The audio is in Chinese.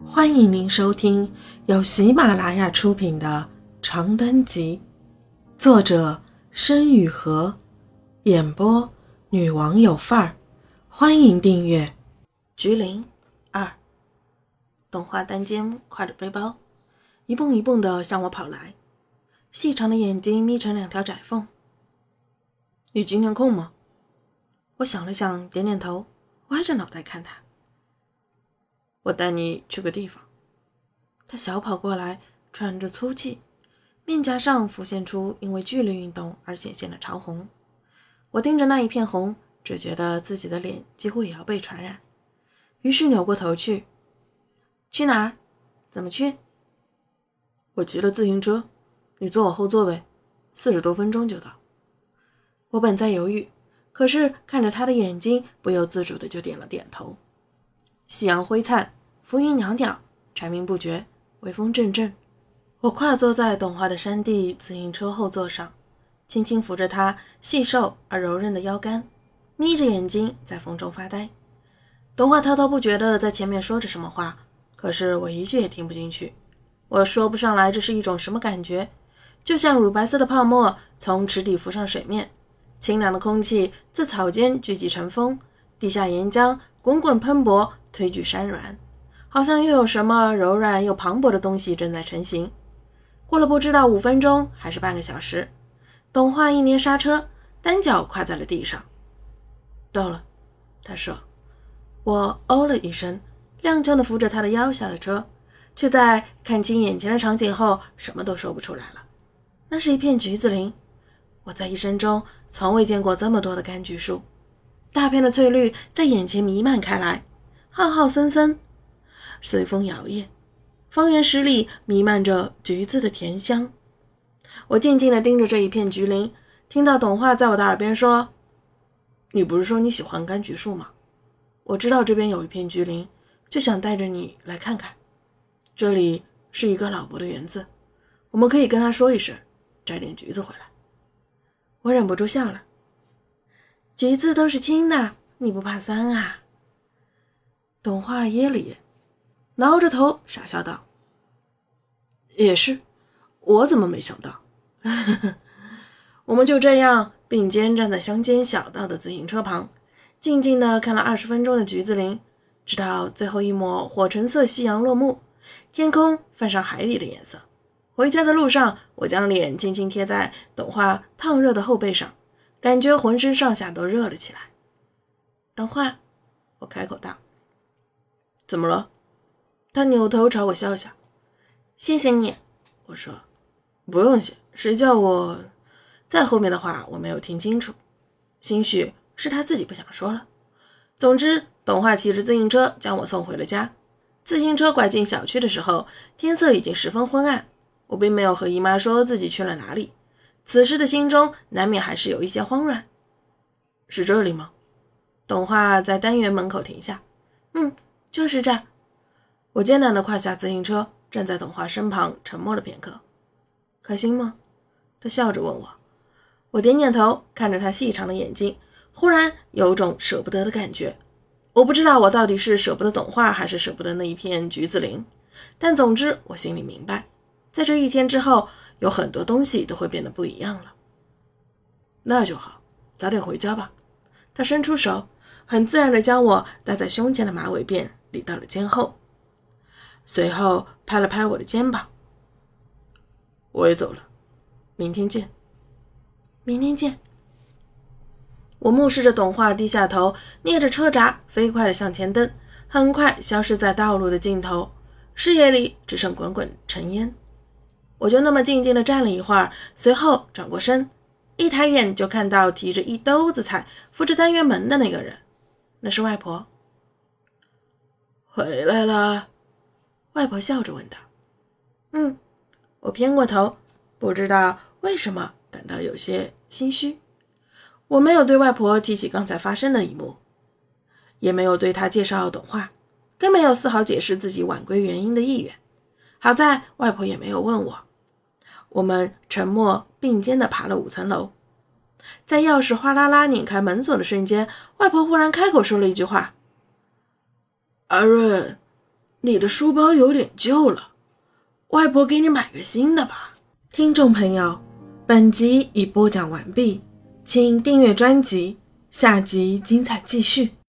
欢迎您收听由喜马拉雅出品的《长灯集》，作者申雨禾，演播女王有范儿。欢迎订阅。菊林2，董华单肩挎着背包，一蹦一蹦地向我跑来，细长的眼睛眯成2条窄缝。你今天空吗？我想了想，点点头，歪着脑袋看他。我带你去个地方。他小跑过来，喘着粗气，面颊上浮现出因为剧烈运动而显现的潮红。我盯着那一片红，只觉得自己的脸几乎也要被传染，于是扭过头去。去哪儿？怎么去？我骑了自行车，你坐我后座位，40多分钟就到。我本在犹豫，可是看着他的眼睛，不由自主的就点了点头。夕阳辉灿，浮云袅袅，蝉鸣不绝，微风阵阵。我跨坐在董华的山地自行车后座上，轻轻扶着他细瘦而柔韧的腰杆，眯着眼睛在风中发呆。董华滔滔不绝地在前面说着什么话，可是我一句也听不进去。我说不上来这是一种什么感觉，就像乳白色的泡沫从池底浮上水面，清凉的空气自草间聚集成风，地下岩浆滚滚喷薄，推举山峦，好像又有什么柔软又磅礴的东西正在成型。过了不知道5分钟还是半个小时，董华一捏刹车，单脚跨在了地上。到了，他说。我哦了一声，踉跄地扶着他的腰下了车，却在看清眼前的场景后什么都说不出来了。那是一片橘子林，我在一生中从未见过这么多的柑橘树，大片的翠绿在眼前弥漫开来，浩浩森森，随风摇曳，方圆10里弥漫着橘子的甜香。我静静地盯着这一片橘林，听到董华在我的耳边说：你不是说你喜欢柑橘树吗？我知道这边有一片橘林，就想带着你来看看。这里是一个老伯的园子，我们可以跟他说一声，摘点橘子回来。我忍不住笑了。橘子都是青的，你不怕酸啊？董华噎了噎，挠着头傻笑道：也是，我怎么没想到？我们就这样并肩站在乡间小道的自行车旁，静静地看了20分钟的橘子林，直到最后一抹火橙色夕阳落幕，天空泛上海底的颜色。回家的路上，我将脸轻轻贴在董华烫热的后背上，感觉浑身上下都热了起来。董华，我开口道。怎么了？他扭头朝我笑笑。谢谢你，我说。不用谢，谁叫我……再后面的话我没有听清楚，兴许是他自己不想说了。总之，董华骑着自行车将我送回了家。自行车拐进小区的时候，天色已经十分昏暗。我并没有和姨妈说自己去了哪里，此时的心中难免还是有一些慌乱。是这里吗？董华在单元门口停下。就是这儿。我艰难地跨下自行车，站在董华身旁，沉默了片刻。开心吗？他笑着问我。我点点头，看着他细长的眼睛，忽然有种舍不得的感觉。我不知道我到底是舍不得董华，还是舍不得那一片橘子林，但总之我心里明白，在这一天之后，有很多东西都会变得不一样了。那就好，早点回家吧。他伸出手，很自然地将我戴在胸前的马尾辫理到了肩后，随后拍了拍我的肩膀。我也走了，明天见。明天见。我目视着董华低下头，捏着车闸，飞快地向前蹬，很快消失在道路的尽头，视野里只剩滚滚尘烟。我就那么静静地站了一会儿，随后转过身，一抬眼就看到提着一兜子菜扶着单元门的那个人，那是外婆。回来了？外婆笑着问道。我偏过头，不知道为什么感到有些心虚。我没有对外婆提起刚才发生的一幕，也没有对她介绍董华，更没有丝毫解释自己晚归原因的意愿。好在外婆也没有问我。我们沉默并肩地爬了5层楼。在钥匙哗啦啦拧开门锁的瞬间，外婆忽然开口说了一句话：阿润， 你的书包有点旧了，外婆给你买个新的吧。 听众朋友，本集已播讲完毕，请订阅专辑，下集精彩继续。